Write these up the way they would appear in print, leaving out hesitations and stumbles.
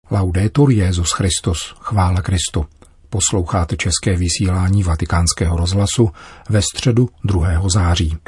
Laudetur Jesus Christus, chvála Kristu. Posloucháte české vysílání Vatikánského rozhlasu ve středu 2. září.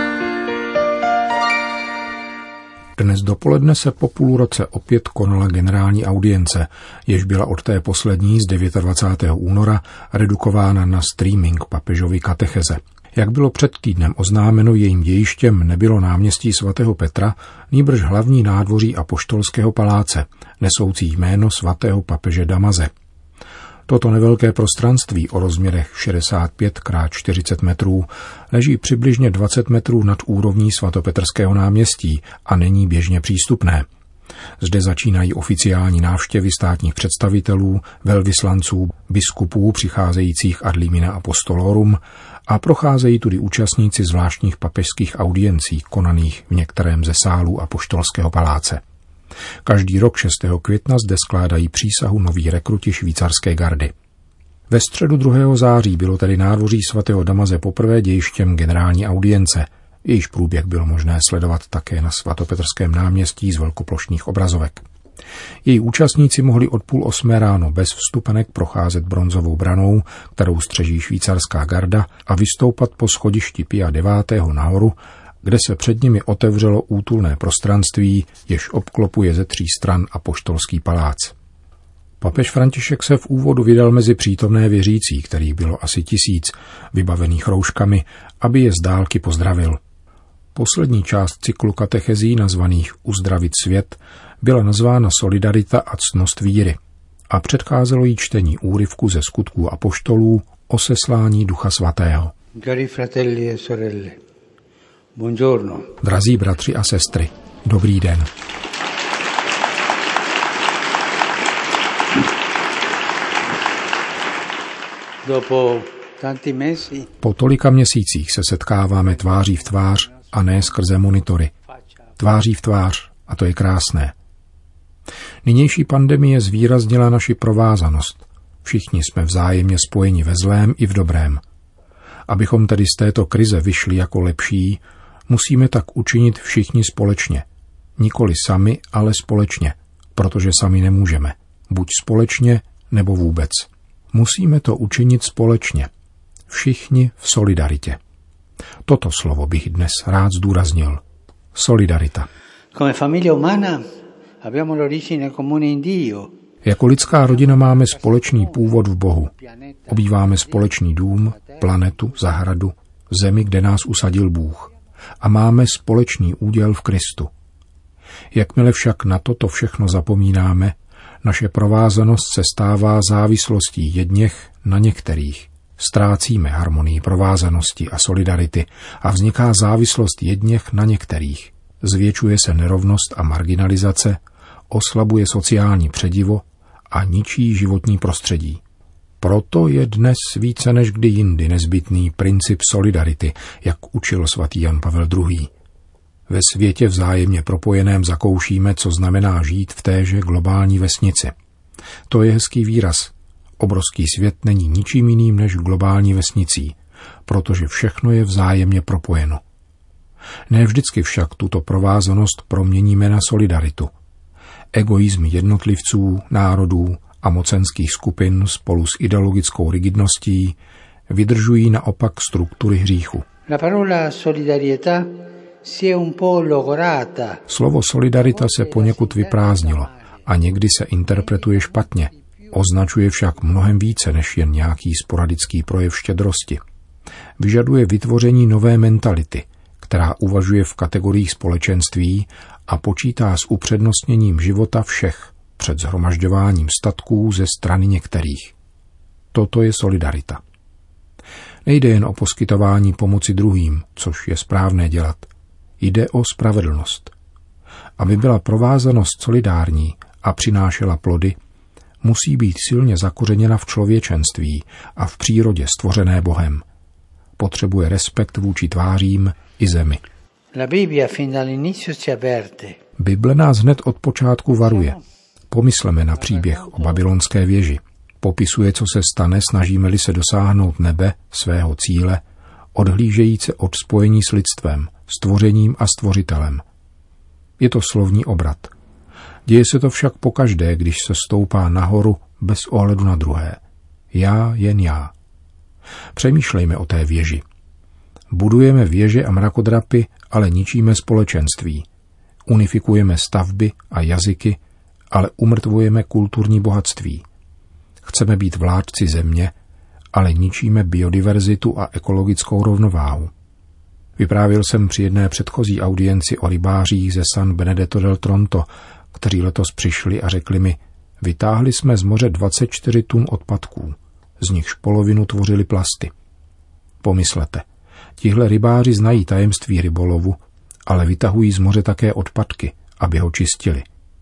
Dnes dopoledne se po půl roce opět konala generální audience, jež byla od té poslední z 29. února redukována na streaming papežovy katecheze. Jak bylo před týdnem oznámeno, jejím dějištěm nebylo náměstí svatého Petra, nýbrž hlavní nádvoří Apoštolského paláce, nesoucí jméno svatého papeže Damaze. Toto nevelké prostranství o rozměrech 65 x 40 metrů leží přibližně 20 metrů nad úrovní svatopetrského náměstí a není běžně přístupné. Zde začínají oficiální návštěvy státních představitelů, velvyslanců, biskupů přicházejících ad limina apostolorum a procházejí tudy účastníci zvláštních papežských audiencí konaných v některém ze sálů Apoštolského paláce. Každý rok 6. května zde skládají přísahu noví rekruti švýcarské gardy. Ve středu 2. září bylo tedy nádvoří svatého Damaze poprvé dějištěm generální audience, jejíž průběh bylo možné sledovat také na svatopetrském náměstí z velkoplošných obrazovek. Její účastníci mohli od 7:30 ráno bez vstupenek procházet bronzovou branou, kterou střeží švýcarská garda, a vystoupat po schodišti Pia IX. Nahoru, kde se před nimi otevřelo útulné prostranství, jež obklopuje ze 3 stran apoštolský palác. Papež František se v úvodu vydal mezi přítomné věřící, kterých bylo asi 1000, vybavených rouškami, aby je z dálky pozdravil. Poslední část cyklu katechezí nazvaných Uzdravit svět byla nazvána Solidarita a ctnost víry a předcházelo jí čtení úryvku ze Skutků apoštolů o seslání Ducha Svatého. Cari fratelli e sorelle, buongiorno. Drazí bratři a sestry, dobrý den. Po tolika měsících se setkáváme tváří v tvář a ne skrze monitory. Tváří v tvář, a to je krásné. Nynější pandemie zvýraznila naši provázanost. Všichni jsme vzájemně spojeni ve zlém i v dobrém. Abychom tedy z této krize vyšli jako lepší, musíme tak učinit všichni společně. Nikoli sami, ale společně, protože sami nemůžeme. Buď společně, nebo vůbec. Musíme to učinit společně. Všichni v solidaritě. Toto slovo bych dnes rád zdůraznil. Solidarita. Jako lidská rodina máme společný původ v Bohu. Obýváme společný dům, planetu, zahradu, zemi, kde nás usadil Bůh. A máme společný úděl v Kristu. Jakmile však na toto všechno zapomínáme, naše provázanost se stává závislostí jedněch na některých. Ztrácíme harmonii provázanosti a solidarity a vzniká závislost jedněch na některých. Zvětšuje se nerovnost a marginalizace, oslabuje sociální předivo a ničí životní prostředí. Proto je dnes více než kdy jindy nezbytný princip solidarity, jak učil svatý Jan Pavel II. Ve světě vzájemně propojeném zakoušíme, co znamená žít v téže globální vesnici. To je hezký výraz. Obrovský svět není ničím jiným než globální vesnicí, protože všechno je vzájemně propojeno. Ne vždycky však tuto provázanost proměníme na solidaritu. Egoismy jednotlivců, národů a mocenských skupin spolu s ideologickou rigidností vydržují naopak struktury hříchu. Slovo solidarita se poněkud vyprázdnilo a někdy se interpretuje špatně. Označuje však mnohem více než jen nějaký sporadický projev štědrosti. Vyžaduje vytvoření nové mentality, která uvažuje v kategoriích společenství a počítá s upřednostněním života všech před shromažďováním statků ze strany některých. Toto je solidarita. Nejde jen o poskytování pomoci druhým, což je správné dělat. Jde o spravedlnost. Aby byla provázanost solidární a přinášela plody, musí být silně zakořeněna v člověčenství a v přírodě stvořené Bohem. Potřebuje respekt vůči tvářím i zemi. Bible nás hned od počátku varuje. Pomysleme na příběh o babylonské věži. Popisuje, co se stane, snažíme-li se dosáhnout nebe, svého cíle, odhlížejíce od spojení s lidstvem, stvořením a stvořitelem. Je to slovní obrat. Děje se to však pokaždé, když se stoupá nahoru bez ohledu na druhé. Já, jen já. Přemýšlejme o té věži. Budujeme věže a mrakodrapy, ale ničíme společenství. Unifikujeme stavby a jazyky, ale umrtvujeme kulturní bohatství. Chceme být vládci země, ale ničíme biodiverzitu a ekologickou rovnováhu. Vyprávěl jsem při jedné předchozí audienci o rybářích ze San Benedetto del Tronto, kteří letos přišli a řekli mi, vytáhli jsme z moře 24 tun odpadků, z nichž polovinu tvořily plasty. Pomyslete, tihle rybáři znají tajemství rybolovu, ale vytahují z moře také odpadky, aby ho čistili.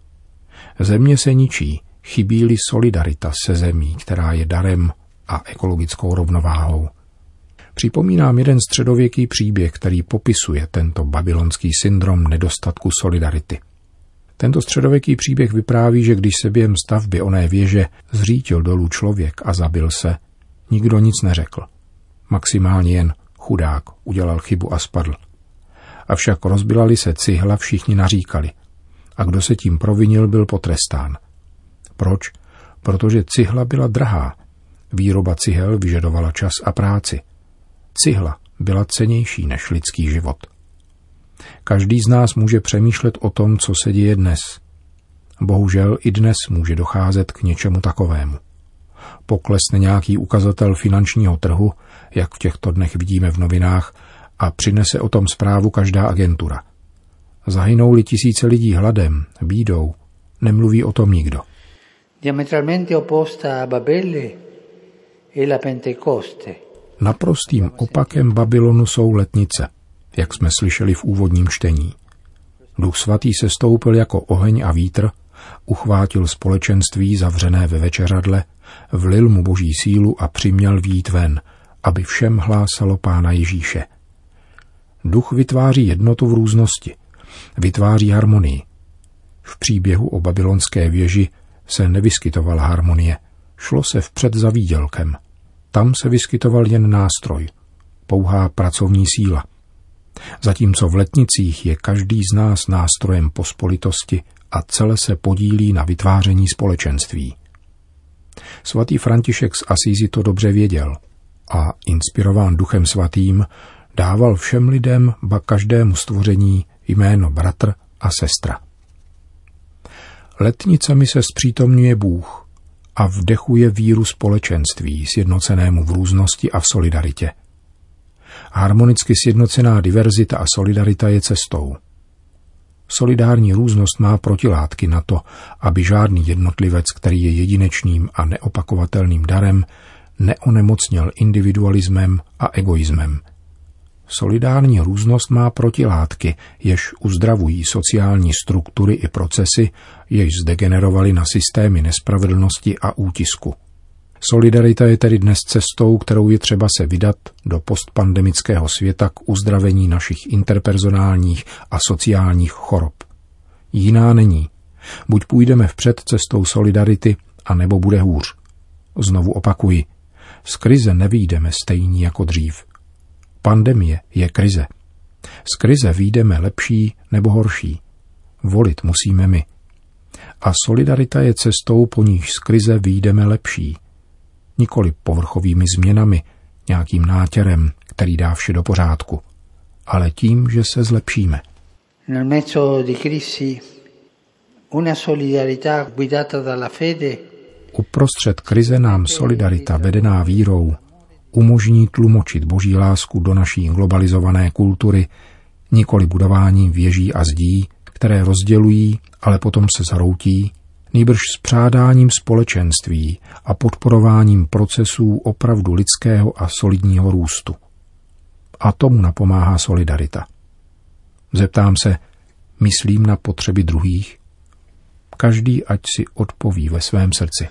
Země se ničí, chybí-li solidarita se zemí, která je darem a ekologickou rovnováhou. Připomínám jeden středověký příběh, který popisuje tento babylonský syndrom nedostatku solidarity. Tento středověký příběh vypráví, že když se během stavby oné věže zřítil dolů člověk a zabil se, nikdo nic neřekl. Maximálně jen chudák udělal chybu a spadl. Avšak rozbila-li se cihla, všichni naříkali. A kdo se tím provinil, byl potrestán. Proč? Protože cihla byla drahá. Výroba cihel vyžadovala čas a práci. Cihla byla cennější než lidský život. Každý z nás může přemýšlet o tom, co se děje dnes. Bohužel i dnes může docházet k něčemu takovému. Poklesne nějaký ukazatel finančního trhu, jak v těchto dnech vidíme v novinách, a přinese o tom zprávu každá agentura. Zahynou-li tisíce lidí hladem, bídou, nemluví o tom nikdo. Diametralmente opposta a Babele e la Pentecoste. Naprostým opakem Babylonu jsou letnice, jak jsme slyšeli v úvodním čtení. Duch svatý se stoupil jako oheň a vítr, uchvátil společenství zavřené ve večeřadle, vlil mu boží sílu a přiměl vyjít ven, aby všem hlásalo Pána Ježíše. Duch vytváří jednotu v různosti, vytváří harmonii. V příběhu o babylonské věži se nevyskytovala harmonie, šlo se vpřed za výdělkem. Tam se vyskytoval jen nástroj, pouhá pracovní síla. Zatímco v letnicích je každý z nás nástrojem pospolitosti a celé se podílí na vytváření společenství. Svatý František z Asízy to dobře věděl a inspirován Duchem svatým dával všem lidem, ba každému stvoření jméno bratr a sestra. Letnicemi se zpřítomňuje Bůh a vdechuje víru společenství sjednocenému v různosti a v solidaritě. Harmonicky sjednocená diverzita a solidarita je cestou. Solidární různost má protilátky na to, aby žádný jednotlivec, který je jedinečným a neopakovatelným darem, neonemocněl individualismem a egoismem. Solidární různost má protilátky, jež uzdravují sociální struktury i procesy, jež zdegenerovaly na systémy nespravedlnosti a útisku. Solidarita je tedy dnes cestou, kterou je třeba se vydat do postpandemického světa k uzdravení našich interpersonálních a sociálních chorob. Jiná není. Buď půjdeme vpřed cestou solidarity, anebo bude hůř. Znovu opakuji, z krize nevyjdeme stejní jako dřív. Pandemie je krize. Z krize vyjdeme lepší nebo horší. Volit musíme my. A solidarita je cestou, po níž z krize vyjdeme lepší. Nikoli povrchovými změnami, nějakým nátěrem, který dá vše do pořádku, ale tím, že se zlepšíme. Nel mezzo di crisi una solidarietà guidata dalla fede. Uprostřed krize nám solidarita vedená vírou umožní tlumočit boží lásku do naší globalizované kultury, nikoli budováním věží a zdí, které rozdělují, ale potom se zhroutí, nýbrž spřádáním společenství a podporováním procesů opravdu lidského a solidního růstu. A tomu napomáhá solidarita. Zeptám se, myslím na potřeby druhých? Každý ať si odpoví ve svém srdci.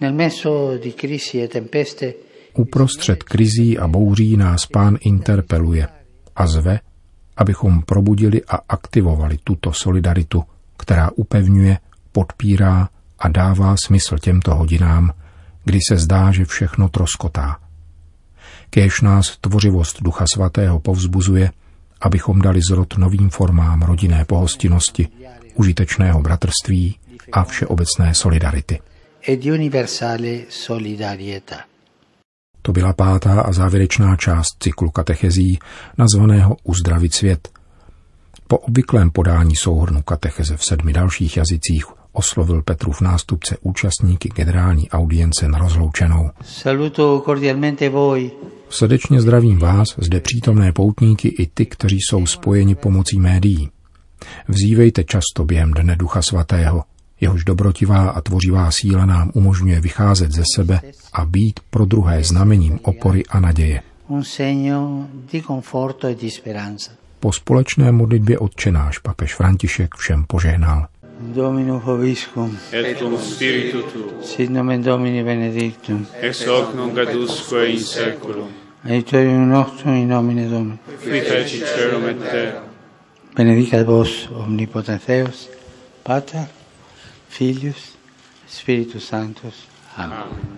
Uprostřed krizí a bouří nás Pán interpeluje a zve, abychom probudili a aktivovali tuto solidaritu, která upevňuje, podpírá a dává smysl těmto hodinám, kdy se zdá, že všechno troskotá. Kéž nás tvořivost Ducha Svatého povzbuzuje, abychom dali zrod novým formám rodinné pohostinnosti, užitečného bratrství, a všeobecné solidarity. E di universale solidarietà. To byla 5. a závěrečná část cyklu katechezí nazvaného Uzdravit svět. Po obvyklém podání souhrnu katecheze v 7 dalších jazycích oslovil Petrův nástupce účastníky generální audience na rozloučenou. Saluto cordialmente voi. Srdečně zdravím vás, zde přítomné poutníky i ty, kteří jsou spojeni pomocí médií. Vzívejte často během Dne Ducha Svatého, jehož dobrotivá a tvořivá síla nám umožňuje vycházet ze sebe a být pro druhé znamením opory a naděje. Po společné modlitbě Otčenáš papež František všem požehnal. Dominus vobiscum, et cum spiritu tuo, sit nomen Domini benedictum, ex hoc nunc et usque in saeculum, aiutorium nostrum in nomine Domini. qui feci caelum et terra. Benedicat vos omnipotens Deus, Pater, Filius, Spiritus Sanctus. Amen.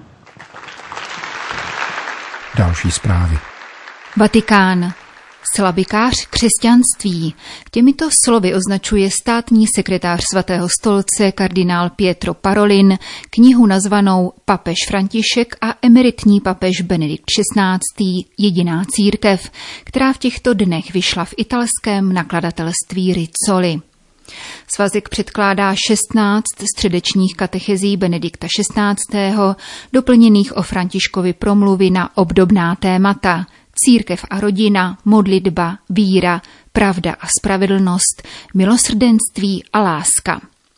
Další zprávy. Vatikán. Slabikář křesťanství. Těmito slovy označuje státní sekretář Svatého stolce kardinál Pietro Parolin knihu nazvanou Papež František a emeritní papež Benedikt XVI. Jediná církev, která v těchto dnech vyšla v italském nakladatelství Rizzoli. Svazek předkládá 16 středečních katechezí Benedikta XVI., doplněných o Františkovy promluvy na obdobná témata: církev a rodina, modlitba, víra, pravda a spravedlnost, milosrdenství a láska.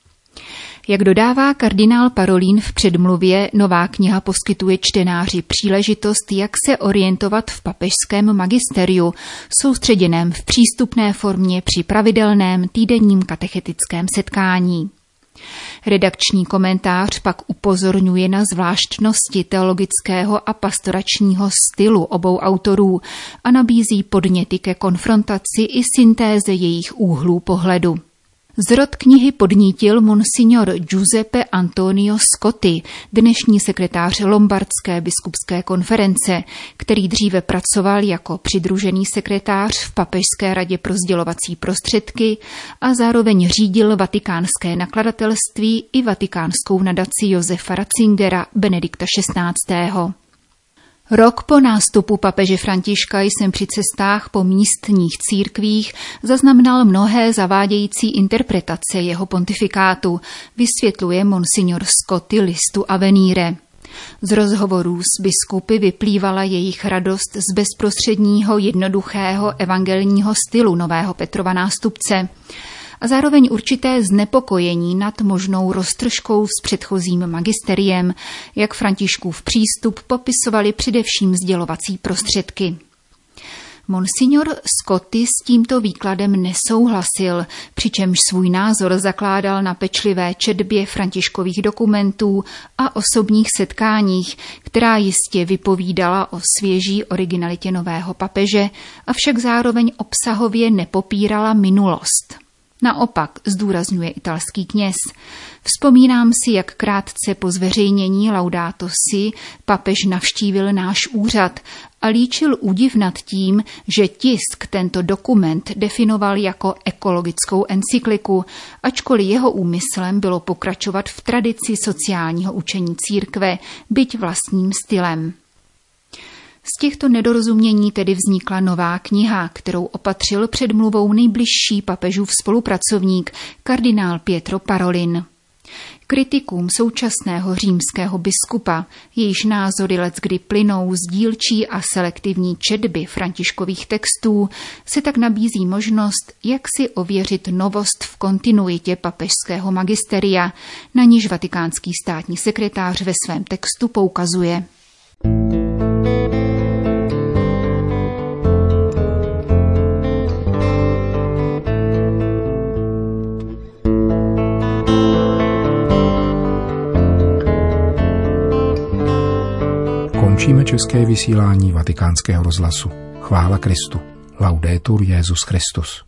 Jak dodává kardinál Parolin v předmluvě, nová kniha poskytuje čtenáři příležitost, jak se orientovat v papežském magisteriu, soustředěném v přístupné formě při pravidelném týdenním katechetickém setkání. Redakční komentář pak upozorňuje na zvláštnosti teologického a pastoračního stylu obou autorů a nabízí podněty ke konfrontaci i syntéze jejich úhlů pohledu. Zrod knihy podnítil monsignor Giuseppe Antonio Scotti, dnešní sekretář Lombardské biskupské konference, který dříve pracoval jako přidružený sekretář v Papežské radě pro sdělovací prostředky a zároveň řídil vatikánské nakladatelství i vatikánskou nadaci Josefa Ratzingera Benedikta XVI. Rok po nástupu papeže Františka jsem při cestách po místních církvích zaznamenal mnohé zavádějící interpretace jeho pontifikátu, vysvětluje monsignor Scotti listu Avvenire. Z rozhovorů s biskupy vyplývala jejich radost z bezprostředního, jednoduchého evangelního stylu nového Petrova nástupce a zároveň určité znepokojení nad možnou roztržkou s předchozím magisteriem, jak Františkův přístup popisovali především sdělovací prostředky. Monsignor Scotti s tímto výkladem nesouhlasil, přičemž svůj názor zakládal na pečlivé četbě Františkových dokumentů a osobních setkáních, která jistě vypovídala o svěží originalitě nového papeže, avšak zároveň obsahově nepopírala minulost. Naopak, zdůrazňuje italský kněz, vzpomínám si, jak krátce po zveřejnění Laudato Si papež navštívil náš úřad a líčil údiv nad tím, že tisk tento dokument definoval jako ekologickou encykliku, ačkoliv jeho úmyslem bylo pokračovat v tradici sociálního učení církve, byť vlastním stylem. Z těchto nedorozumění tedy vznikla nová kniha, kterou opatřil předmluvou nejbližší papežův spolupracovník, kardinál Pietro Parolin. Kritikům současného římského biskupa, jejíž názory leckdy plynou z dílčí a selektivní četby Františkových textů, se tak nabízí možnost, jak si ověřit novost v kontinuitě papežského magisteria, na níž vatikánský státní sekretář ve svém textu poukazuje. Končíme české vysílání Vatikánského rozhlasu. Chvála Kristu. Laudetur Jesus Christus.